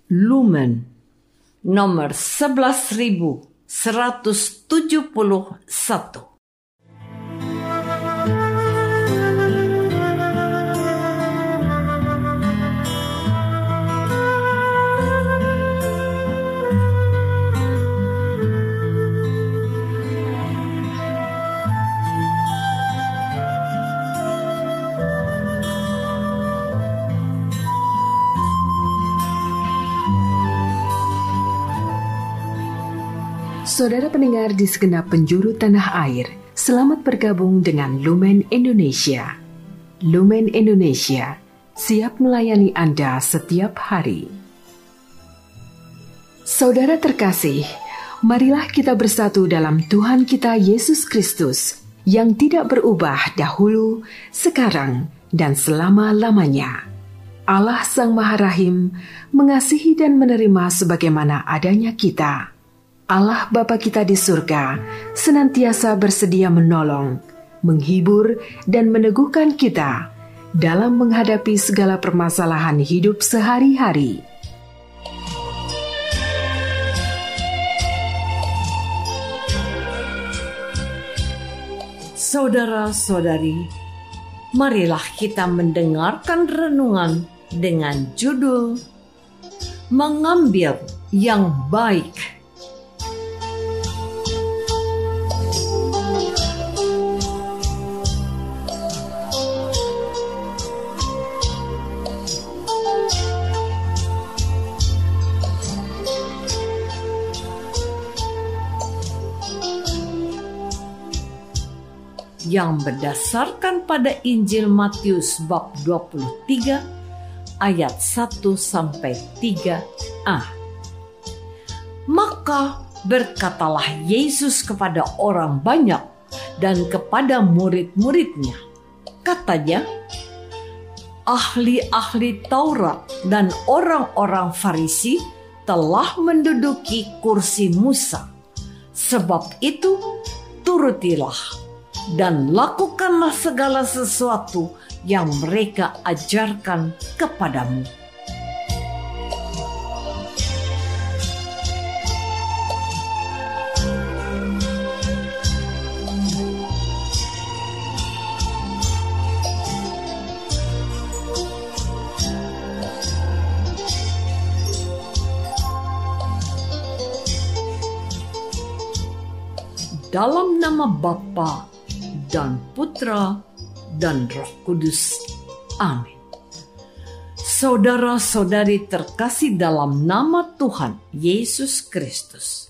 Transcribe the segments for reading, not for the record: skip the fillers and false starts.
Lumen nomor 11.171. Saudara pendengar di segenap penjuru tanah air, selamat bergabung dengan Lumen Indonesia. Lumen Indonesia siap melayani Anda setiap hari. Saudara terkasih, marilah kita bersatu dalam Tuhan kita Yesus Kristus yang tidak berubah dahulu, sekarang, dan selama-lamanya. Allah Sang Maha Rahim mengasihi dan menerima sebagaimana adanya kita. Allah Bapa kita di surga senantiasa bersedia menolong, menghibur, dan meneguhkan kita dalam menghadapi segala permasalahan hidup sehari-hari. Saudara-saudari, marilah kita mendengarkan renungan dengan judul Mengambil yang Baik. Yang berdasarkan pada Injil Matius bab 23 ayat 1-3a. Maka berkatalah Yesus kepada orang banyak dan kepada murid-muridnya. Katanya, ahli-ahli Taurat dan orang-orang Farisi telah menduduki kursi Musa. Sebab itu turutilah dan lakukanlah segala sesuatu yang mereka ajarkan kepadamu. Dalam nama Bapa dan Putra dan Roh Kudus. Amin. Saudara-saudari terkasih dalam nama Tuhan Yesus Kristus.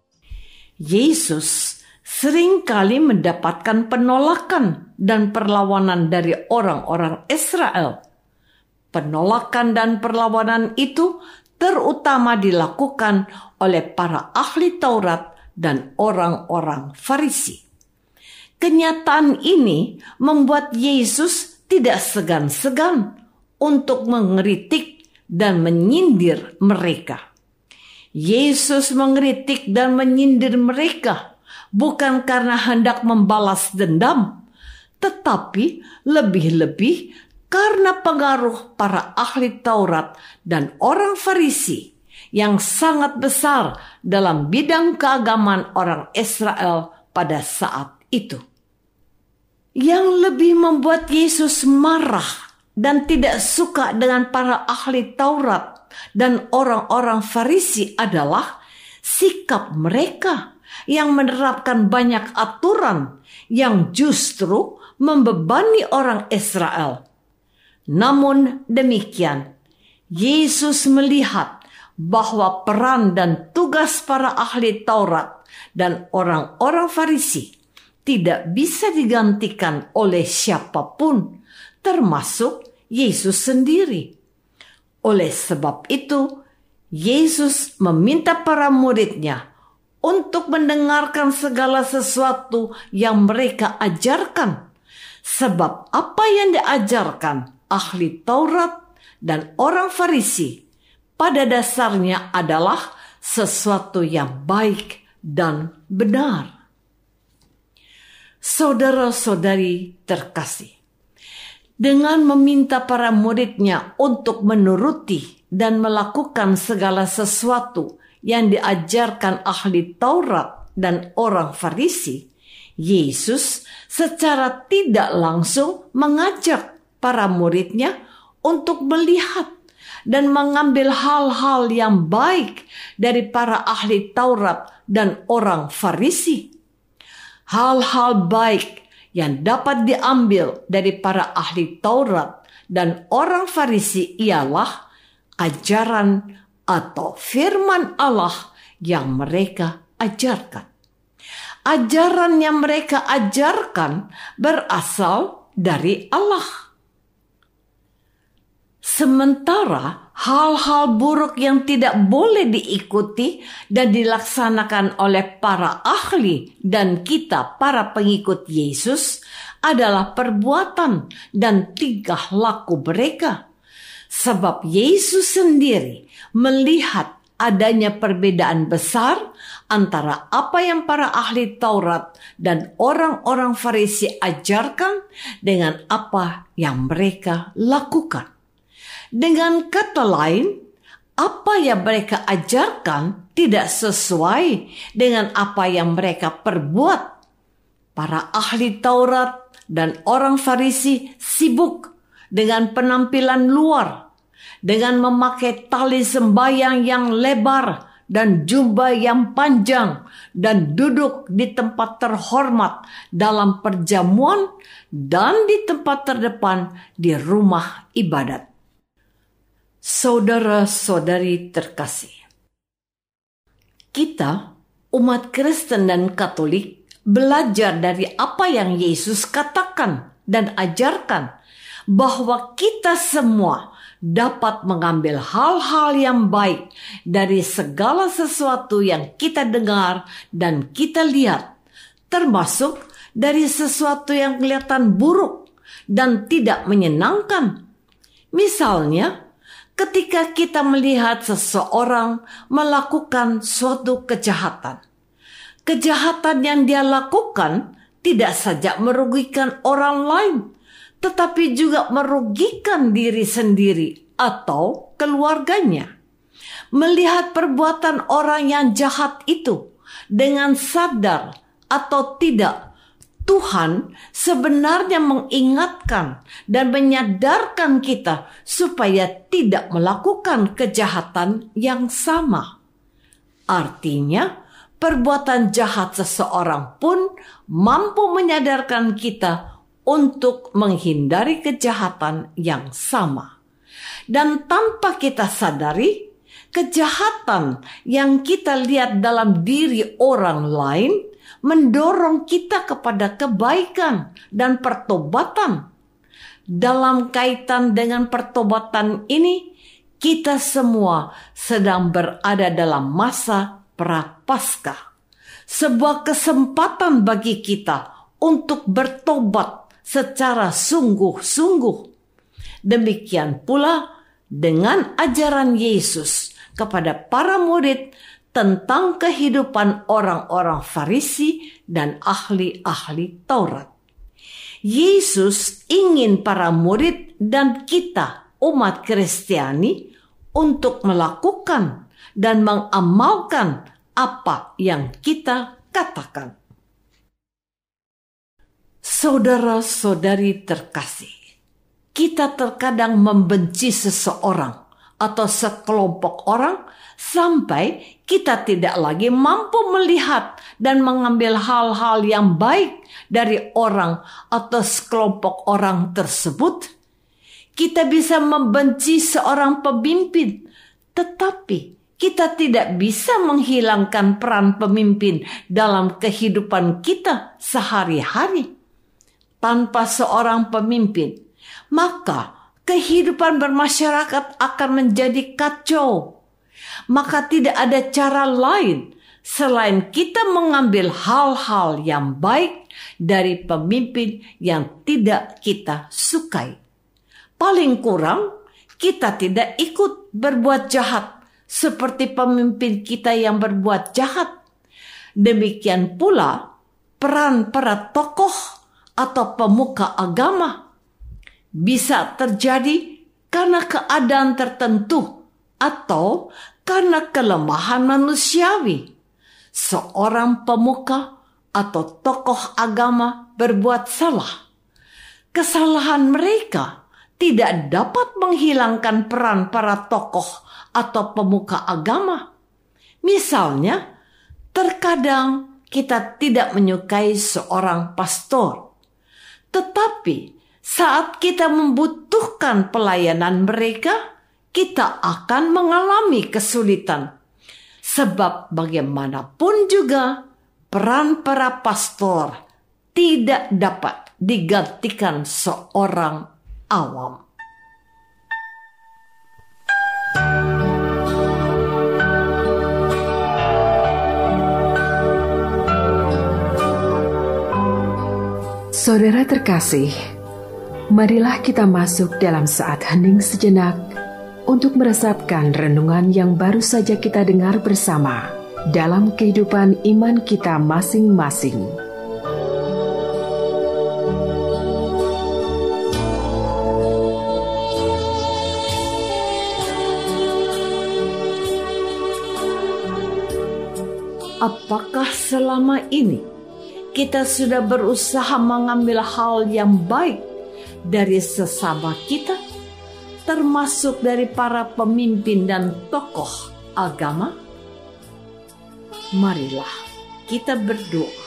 Yesus seringkali mendapatkan penolakan dan perlawanan dari orang-orang Israel. Penolakan dan perlawanan itu terutama dilakukan oleh para ahli Taurat dan orang-orang Farisi. Kenyataan ini membuat Yesus tidak segan-segan untuk mengkritik dan menyindir mereka. Yesus mengkritik dan menyindir mereka bukan karena hendak membalas dendam, tetapi lebih-lebih karena pengaruh para ahli Taurat dan orang Farisi yang sangat besar dalam bidang keagamaan orang Israel pada saat itu. Yang lebih membuat Yesus marah dan tidak suka dengan para ahli Taurat dan orang-orang Farisi adalah sikap mereka yang menerapkan banyak aturan yang justru membebani orang Israel. Namun demikian, Yesus melihat bahwa peran dan tugas para ahli Taurat dan orang-orang Farisi tidak bisa digantikan oleh siapapun, termasuk Yesus sendiri. Oleh sebab itu, Yesus meminta para muridnya untuk mendengarkan segala sesuatu yang mereka ajarkan. Sebab apa yang diajarkan ahli Taurat dan orang Farisi pada dasarnya adalah sesuatu yang baik dan benar. Saudara-saudari terkasih, dengan meminta para muridnya untuk menuruti dan melakukan segala sesuatu yang diajarkan ahli Taurat dan orang Farisi, Yesus secara tidak langsung mengajak para muridnya untuk melihat dan mengambil hal-hal yang baik dari para ahli Taurat dan orang Farisi. Hal-hal baik yang dapat diambil dari para ahli Taurat dan orang Farisi ialah ajaran atau firman Allah yang mereka ajarkan. Ajaran yang mereka ajarkan berasal dari Allah. Sementara hal-hal buruk yang tidak boleh diikuti dan dilaksanakan oleh para ahli dan kita para pengikut Yesus adalah perbuatan dan tingkah laku mereka. Sebab Yesus sendiri melihat adanya perbedaan besar antara apa yang para ahli Taurat dan orang-orang Farisi ajarkan dengan apa yang mereka lakukan. Dengan kata lain, apa yang mereka ajarkan tidak sesuai dengan apa yang mereka perbuat. Para ahli Taurat dan orang Farisi sibuk dengan penampilan luar, dengan memakai tali sembahyang yang lebar dan jubah yang panjang, dan duduk di tempat terhormat dalam perjamuan dan di tempat terdepan di rumah ibadat. Saudara-saudari terkasih, kita, umat Kristen dan Katolik, belajar dari apa yang Yesus katakan dan ajarkan, bahwa kita semua dapat mengambil hal-hal yang baik dari segala sesuatu yang kita dengar dan kita lihat, termasuk dari sesuatu yang kelihatan buruk dan tidak menyenangkan. Misalnya, ketika kita melihat seseorang melakukan suatu kejahatan, kejahatan yang dia lakukan tidak saja merugikan orang lain, tetapi juga merugikan diri sendiri atau keluarganya. Melihat perbuatan orang yang jahat itu dengan sadar atau tidak, Tuhan sebenarnya mengingatkan dan menyadarkan kita supaya tidak melakukan kejahatan yang sama. Artinya, perbuatan jahat seseorang pun mampu menyadarkan kita untuk menghindari kejahatan yang sama. Dan tanpa kita sadari, kejahatan yang kita lihat dalam diri orang lain mendorong kita kepada kebaikan dan pertobatan. Dalam kaitan dengan pertobatan ini, kita semua sedang berada dalam masa Prapaskah, sebuah kesempatan bagi kita untuk bertobat secara sungguh-sungguh. Demikian pula dengan ajaran Yesus kepada para murid tentang kehidupan orang-orang Farisi dan ahli-ahli Taurat. Yesus ingin para murid dan kita, umat Kristiani, untuk melakukan dan mengamalkan apa yang kita katakan. Saudara-saudari terkasih, kita terkadang membenci seseorang atau sekelompok orang sampai kita tidak lagi mampu melihat dan mengambil hal-hal yang baik dari orang atau sekelompok orang tersebut. Kita bisa membenci seorang pemimpin, tetapi kita tidak bisa menghilangkan peran pemimpin dalam kehidupan kita sehari-hari. Tanpa seorang pemimpin, maka kehidupan bermasyarakat akan menjadi kacau. Maka tidak ada cara lain selain kita mengambil hal-hal yang baik dari pemimpin yang tidak kita sukai. Paling kurang, kita tidak ikut berbuat jahat seperti pemimpin kita yang berbuat jahat. Demikian pula peran para tokoh atau pemuka agama. bisa terjadi karena keadaan tertentu atau karena kelemahan manusiawi. Seorang pemuka atau tokoh agama berbuat salah. Kesalahan mereka tidak dapat menghilangkan peran para tokoh atau pemuka agama. Misalnya, terkadang kita tidak menyukai seorang pastor, tetapi saat kita membutuhkan pelayanan mereka, kita akan mengalami kesulitan. Sebab bagaimanapun juga, peran para pastor tidak dapat digantikan seorang awam. Saudara terkasih, marilah kita masuk dalam saat hening sejenak untuk meresapkan renungan yang baru saja kita dengar bersama dalam kehidupan iman kita masing-masing. Apakah selama ini kita sudah berusaha mengambil hal yang baik dari sesama kita, termasuk dari para pemimpin dan tokoh agama? Marilah kita berdoa.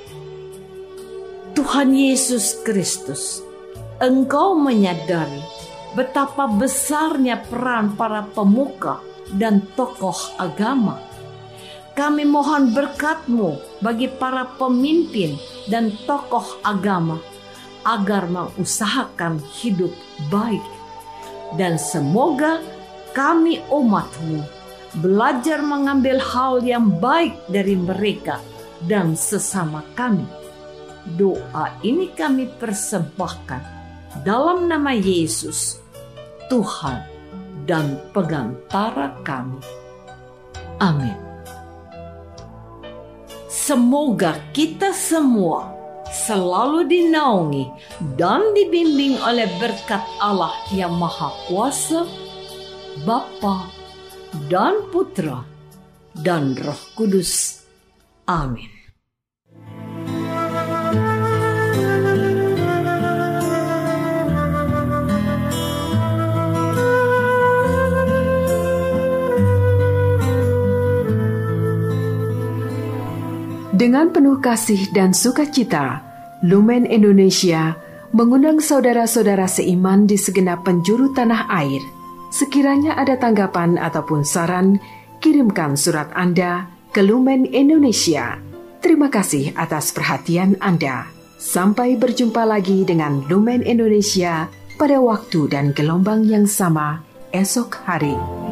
Tuhan Yesus Kristus, Engkau menyadari betapa besarnya peran para pemuka dan tokoh agama. Kami mohon berkat-Mu bagi para pemimpin dan tokoh agama agar mengusahakan hidup baik. Dan semoga kami umat-Mu belajar mengambil hal yang baik dari mereka dan sesama kami. Doa ini kami persembahkan dalam nama Yesus, Tuhan dan pengantara kami. Amin. Semoga kita semua selalu dinaungi dan dibimbing oleh berkat Allah yang Maha Kuasa, Bapa dan Putra dan Roh Kudus. Amin. Dengan penuh kasih dan sukacita, Lumen Indonesia mengundang saudara-saudara seiman di segenap penjuru tanah air. Sekiranya ada tanggapan ataupun saran, kirimkan surat Anda ke Lumen Indonesia. Terima kasih atas perhatian Anda. Sampai berjumpa lagi dengan Lumen Indonesia pada waktu dan gelombang yang sama esok hari.